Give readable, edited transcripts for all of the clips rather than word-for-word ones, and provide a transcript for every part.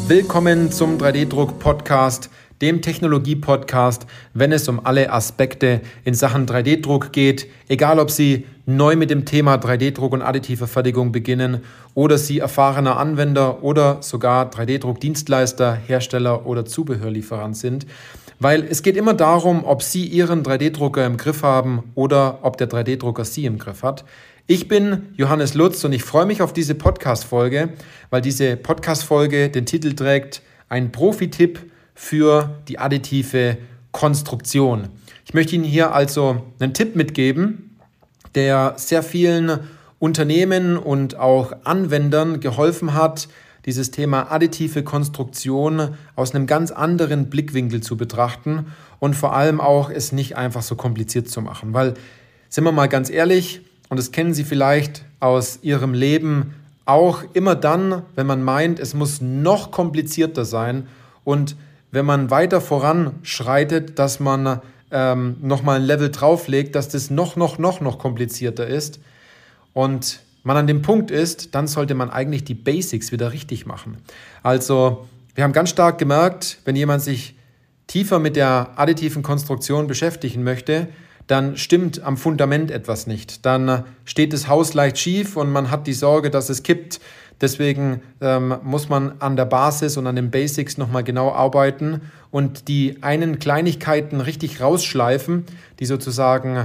Willkommen zum 3D-Druck-Podcast, dem Technologie-Podcast, wenn es um alle Aspekte in Sachen 3D-Druck geht, egal ob Sie neu mit dem Thema 3D-Druck und additive Fertigung beginnen oder Sie erfahrener Anwender oder sogar 3D-Druck-Dienstleister, Hersteller oder Zubehörlieferant sind, weil es geht immer darum, ob Sie Ihren 3D-Drucker im Griff haben oder ob der 3D-Drucker Sie im Griff hat. Ich bin Johannes Lutz und ich freue mich auf diese Podcast-Folge, weil diese Podcast-Folge den Titel trägt, ein Profi-Tipp für die additive Konstruktion. Ich möchte Ihnen hier also einen Tipp mitgeben, der sehr vielen Unternehmen und auch Anwendern geholfen hat, dieses Thema additive Konstruktion aus einem ganz anderen Blickwinkel zu betrachten und vor allem auch es nicht einfach so kompliziert zu machen. Weil, sind wir mal ganz ehrlich, und das kennen Sie vielleicht aus Ihrem Leben auch immer dann, wenn man meint, es muss noch komplizierter sein und wenn man weiter voranschreitet, dass man nochmal ein Level drauflegt, dass das noch komplizierter ist und man an dem Punkt ist, dann sollte man eigentlich die Basics wieder richtig machen. Also wir haben ganz stark gemerkt, wenn jemand sich tiefer mit der additiven Konstruktion beschäftigen möchte, dann stimmt am Fundament etwas nicht. Dann steht das Haus leicht schief und man hat die Sorge, dass es kippt. Deswegen muss man an der Basis und an den Basics nochmal genau arbeiten und die einen Kleinigkeiten richtig rausschleifen, die sozusagen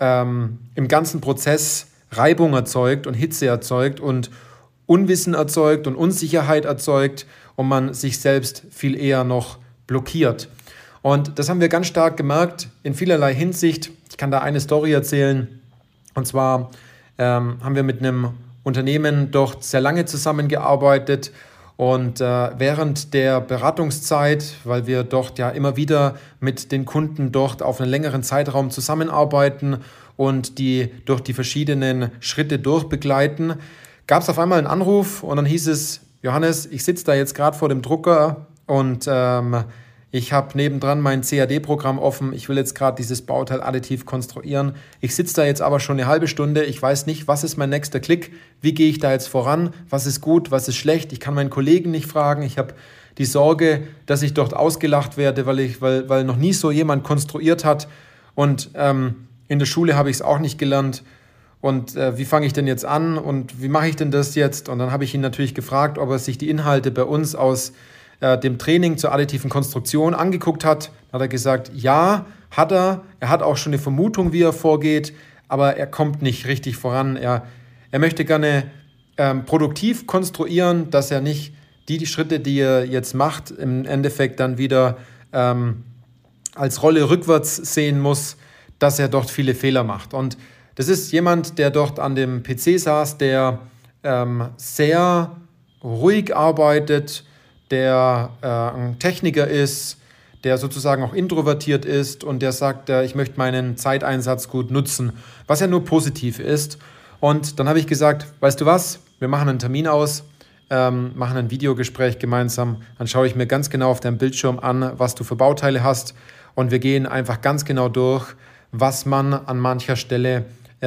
im ganzen Prozess Reibung erzeugt und Hitze erzeugt und Unwissen erzeugt und Unsicherheit erzeugt und man sich selbst viel eher noch blockiert. Und das haben wir ganz stark gemerkt in vielerlei Hinsicht. Ich kann da eine Story erzählen. Und zwar haben wir mit einem Unternehmen dort sehr lange zusammengearbeitet. Und während der Beratungszeit, weil wir dort ja immer wieder mit den Kunden dort auf einen längeren Zeitraum zusammenarbeiten und die durch die verschiedenen Schritte durchbegleiten, gab es auf einmal einen Anruf und dann hieß es, Johannes, ich sitze da jetzt gerade vor dem Drucker und ich habe nebendran mein CAD-Programm offen. Ich will jetzt gerade dieses Bauteil additiv konstruieren. Ich sitze da jetzt aber schon eine halbe Stunde. Ich weiß nicht, was ist mein nächster Klick? Wie gehe ich da jetzt voran? Was ist gut? Was ist schlecht? Ich kann meinen Kollegen nicht fragen. Ich habe die Sorge, dass ich dort ausgelacht werde, weil noch nie so jemand konstruiert hat. Und in der Schule habe ich es auch nicht gelernt. Und wie fange ich denn jetzt an? Und wie mache ich denn das jetzt? Und dann habe ich ihn natürlich gefragt, ob er sich die Inhalte bei uns aus dem Training zur additiven Konstruktion angeguckt hat, hat er gesagt, ja, hat er. Er hat auch schon eine Vermutung, wie er vorgeht, aber er kommt nicht richtig voran. Er möchte gerne produktiv konstruieren, dass er nicht die Schritte, die er jetzt macht, im Endeffekt dann wieder als Rolle rückwärts sehen muss, dass er dort viele Fehler macht. Und das ist jemand, der dort an dem PC saß, der sehr ruhig arbeitet, der ein Techniker ist, der sozusagen auch introvertiert ist und der sagt, ich möchte meinen Zeiteinsatz gut nutzen, was ja nur positiv ist. Und dann habe ich gesagt, weißt du was, wir machen einen Termin aus, machen ein Videogespräch gemeinsam, dann schaue ich mir ganz genau auf deinem Bildschirm an, was du für Bauteile hast und wir gehen einfach ganz genau durch, was man an mancher Stelle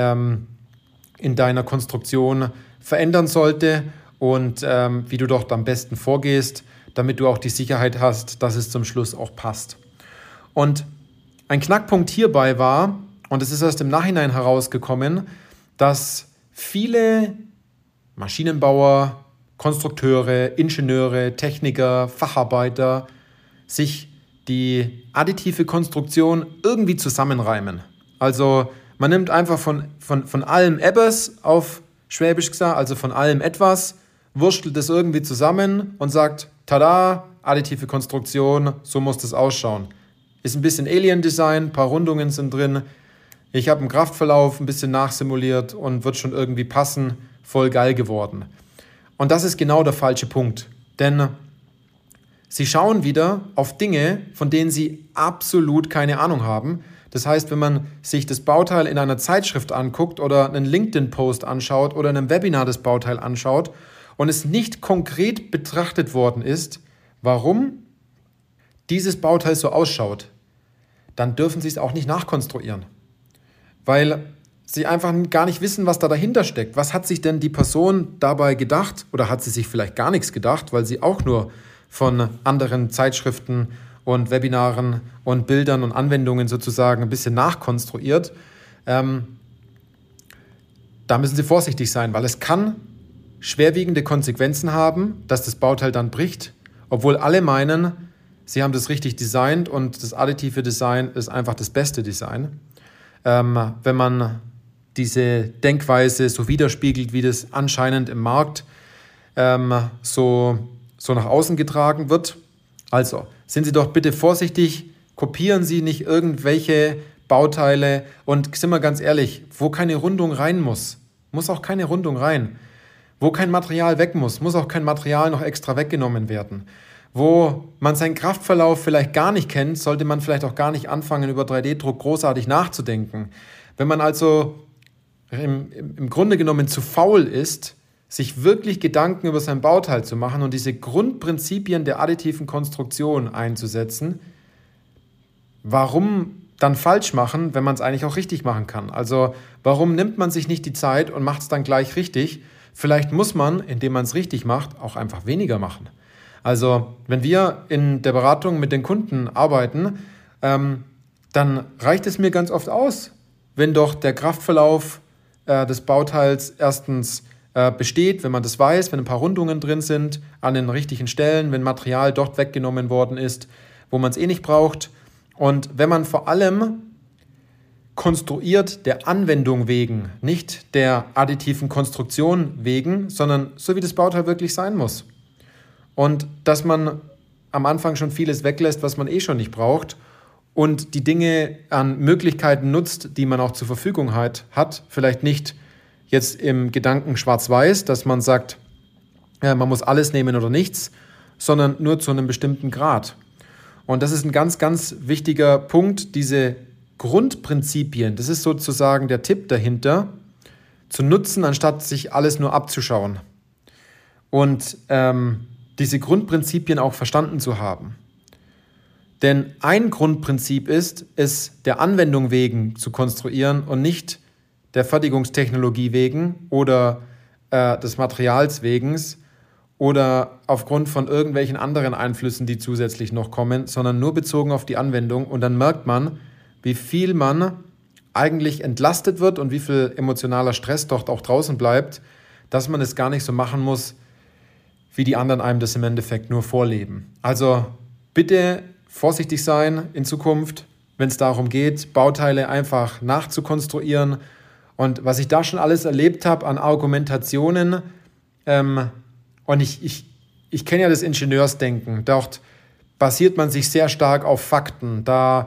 in deiner Konstruktion verändern sollte und wie du dort am besten vorgehst, damit du auch die Sicherheit hast, dass es zum Schluss auch passt. Und ein Knackpunkt hierbei war, und es ist erst im Nachhinein herausgekommen, dass viele Maschinenbauer, Konstrukteure, Ingenieure, Techniker, Facharbeiter sich die additive Konstruktion irgendwie zusammenreimen. Also man nimmt einfach von allem etwas auf Schwäbisch gesagt, also von allem etwas, wurstelt es irgendwie zusammen und sagt, tada, additive Konstruktion, so muss das ausschauen. Ist ein bisschen Alien-Design, ein paar Rundungen sind drin. Ich habe einen Kraftverlauf ein bisschen nachsimuliert und wird schon irgendwie passen, voll geil geworden. Und das ist genau der falsche Punkt. Denn Sie schauen wieder auf Dinge, von denen Sie absolut keine Ahnung haben. Das heißt, wenn man sich das Bauteil in einer Zeitschrift anguckt oder einen LinkedIn-Post anschaut oder in einem Webinar das Bauteil anschaut, und es nicht konkret betrachtet worden ist, warum dieses Bauteil so ausschaut, dann dürfen Sie es auch nicht nachkonstruieren. Weil Sie einfach gar nicht wissen, was da dahinter steckt. Was hat sich denn die Person dabei gedacht? Oder hat sie sich vielleicht gar nichts gedacht, weil sie auch nur von anderen Zeitschriften und Webinaren und Bildern und Anwendungen sozusagen ein bisschen nachkonstruiert. Da müssen Sie vorsichtig sein, weil es kann schwerwiegende Konsequenzen haben, dass das Bauteil dann bricht, obwohl alle meinen, sie haben das richtig designt und das additive Design ist einfach das beste Design. Wenn man diese Denkweise so widerspiegelt, wie das anscheinend im Markt so nach außen getragen wird. Also, sind Sie doch bitte vorsichtig, kopieren Sie nicht irgendwelche Bauteile und sind wir ganz ehrlich, wo keine Rundung rein muss auch keine Rundung rein. Wo kein Material weg muss auch kein Material noch extra weggenommen werden. Wo man seinen Kraftverlauf vielleicht gar nicht kennt, sollte man vielleicht auch gar nicht anfangen, über 3D-Druck großartig nachzudenken. Wenn man also im Grunde genommen zu faul ist, sich wirklich Gedanken über sein Bauteil zu machen und diese Grundprinzipien der additiven Konstruktion einzusetzen, warum dann falsch machen, wenn man es eigentlich auch richtig machen kann? Also warum nimmt man sich nicht die Zeit und macht es dann gleich richtig? Vielleicht muss man, indem man es richtig macht, auch einfach weniger machen. Also wenn wir in der Beratung mit den Kunden arbeiten, dann reicht es mir ganz oft aus, wenn doch der Kraftverlauf des Bauteils erstens besteht, wenn man das weiß, wenn ein paar Rundungen drin sind an den richtigen Stellen, wenn Material dort weggenommen worden ist, wo man es eh nicht braucht. Und wenn man vor allem konstruiert der Anwendung wegen, nicht der additiven Konstruktion wegen, sondern so wie das Bauteil wirklich sein muss. Und dass man am Anfang schon vieles weglässt, was man eh schon nicht braucht und die Dinge an Möglichkeiten nutzt, die man auch zur Verfügung hat, vielleicht nicht jetzt im Gedanken schwarz-weiß, dass man sagt, man muss alles nehmen oder nichts, sondern nur zu einem bestimmten Grad. Und das ist ein ganz, ganz wichtiger Punkt, diese Grundprinzipien, das ist sozusagen der Tipp dahinter, zu nutzen, anstatt sich alles nur abzuschauen. Und diese Grundprinzipien auch verstanden zu haben. Denn ein Grundprinzip ist, es der Anwendung wegen zu konstruieren und nicht der Fertigungstechnologie wegen oder des Materials wegen oder aufgrund von irgendwelchen anderen Einflüssen, die zusätzlich noch kommen, sondern nur bezogen auf die Anwendung. Und dann merkt man, wie viel man eigentlich entlastet wird und wie viel emotionaler Stress dort auch draußen bleibt, dass man es gar nicht so machen muss, wie die anderen einem das im Endeffekt nur vorleben. Also bitte vorsichtig sein in Zukunft, wenn es darum geht, Bauteile einfach nachzukonstruieren. Und was ich da schon alles erlebt habe an Argumentationen, und ich kenne ja das Ingenieursdenken, dort basiert man sich sehr stark auf Fakten. Da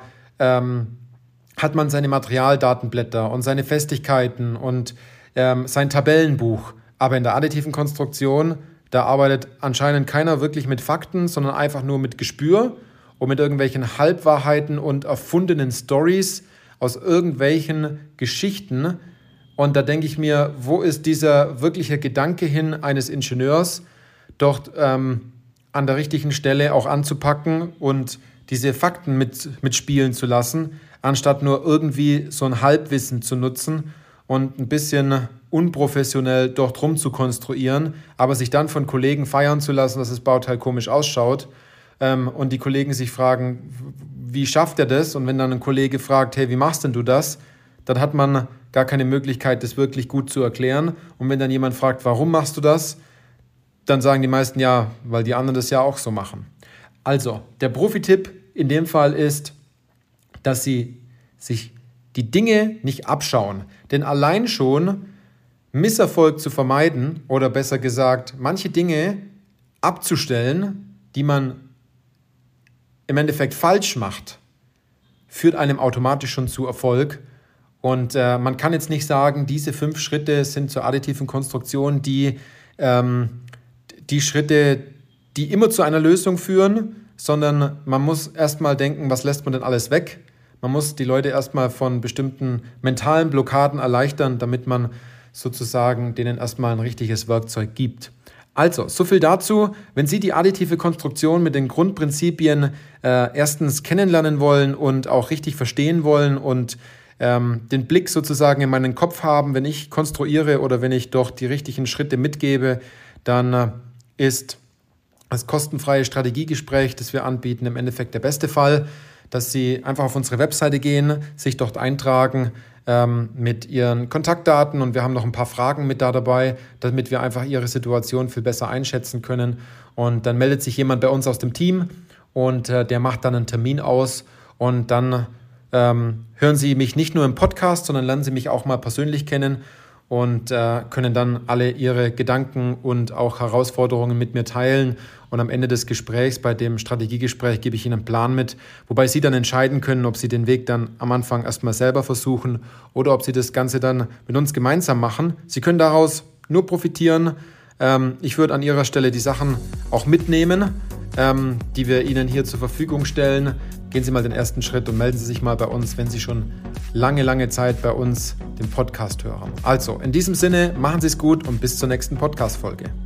hat man seine Materialdatenblätter und seine Festigkeiten und sein Tabellenbuch. Aber in der additiven Konstruktion, da arbeitet anscheinend keiner wirklich mit Fakten, sondern einfach nur mit Gespür und mit irgendwelchen Halbwahrheiten und erfundenen Stories aus irgendwelchen Geschichten. Und da denke ich mir, wo ist dieser wirkliche Gedanke hin eines Ingenieurs, dort an der richtigen Stelle auch anzupacken und diese Fakten mitspielen zu lassen, anstatt nur irgendwie so ein Halbwissen zu nutzen und ein bisschen unprofessionell dort rum zu konstruieren, aber sich dann von Kollegen feiern zu lassen, dass das Bauteil komisch ausschaut und die Kollegen sich fragen, wie schafft er das? Und wenn dann ein Kollege fragt, hey, wie machst denn du das? Dann hat man gar keine Möglichkeit, das wirklich gut zu erklären. Und wenn dann jemand fragt, warum machst du das? Dann sagen die meisten, ja, weil die anderen das ja auch so machen. Also, der Profi-Tipp in dem Fall ist, dass Sie sich die Dinge nicht abschauen. Denn allein schon Misserfolg zu vermeiden oder besser gesagt, manche Dinge abzustellen, die man im Endeffekt falsch macht, führt einem automatisch schon zu Erfolg. Und man kann jetzt nicht sagen, diese 5 Schritte sind zur additiven Konstruktion die Schritte, die immer zu einer Lösung führen, sondern man muss erstmal denken, was lässt man denn alles weg? Man muss die Leute erstmal von bestimmten mentalen Blockaden erleichtern, damit man sozusagen denen erstmal ein richtiges Werkzeug gibt. Also, so viel dazu. Wenn Sie die additive Konstruktion mit den Grundprinzipien erstens kennenlernen wollen und auch richtig verstehen wollen und den Blick sozusagen in meinen Kopf haben, wenn ich konstruiere oder wenn ich doch die richtigen Schritte mitgebe, dann ist das kostenfreie Strategiegespräch, das wir anbieten, im Endeffekt der beste Fall, dass Sie einfach auf unsere Webseite gehen, sich dort eintragen mit Ihren Kontaktdaten und wir haben noch ein paar Fragen mit dabei, damit wir einfach Ihre Situation viel besser einschätzen können. Und dann meldet sich jemand bei uns aus dem Team und der macht dann einen Termin aus und dann hören Sie mich nicht nur im Podcast, sondern lernen Sie mich auch mal persönlich kennen und können dann alle Ihre Gedanken und auch Herausforderungen mit mir teilen. Und am Ende des Gesprächs, bei dem Strategiegespräch, gebe ich Ihnen einen Plan mit, wobei Sie dann entscheiden können, ob Sie den Weg dann am Anfang erstmal selber versuchen oder ob Sie das Ganze dann mit uns gemeinsam machen. Sie können daraus nur profitieren. Ich würde an Ihrer Stelle die Sachen auch mitnehmen, die wir Ihnen hier zur Verfügung stellen. Gehen Sie mal den ersten Schritt und melden Sie sich mal bei uns, wenn Sie schon lange Zeit bei uns den Podcast hören. Also, in diesem Sinne, machen Sie es gut und bis zur nächsten Podcast-Folge.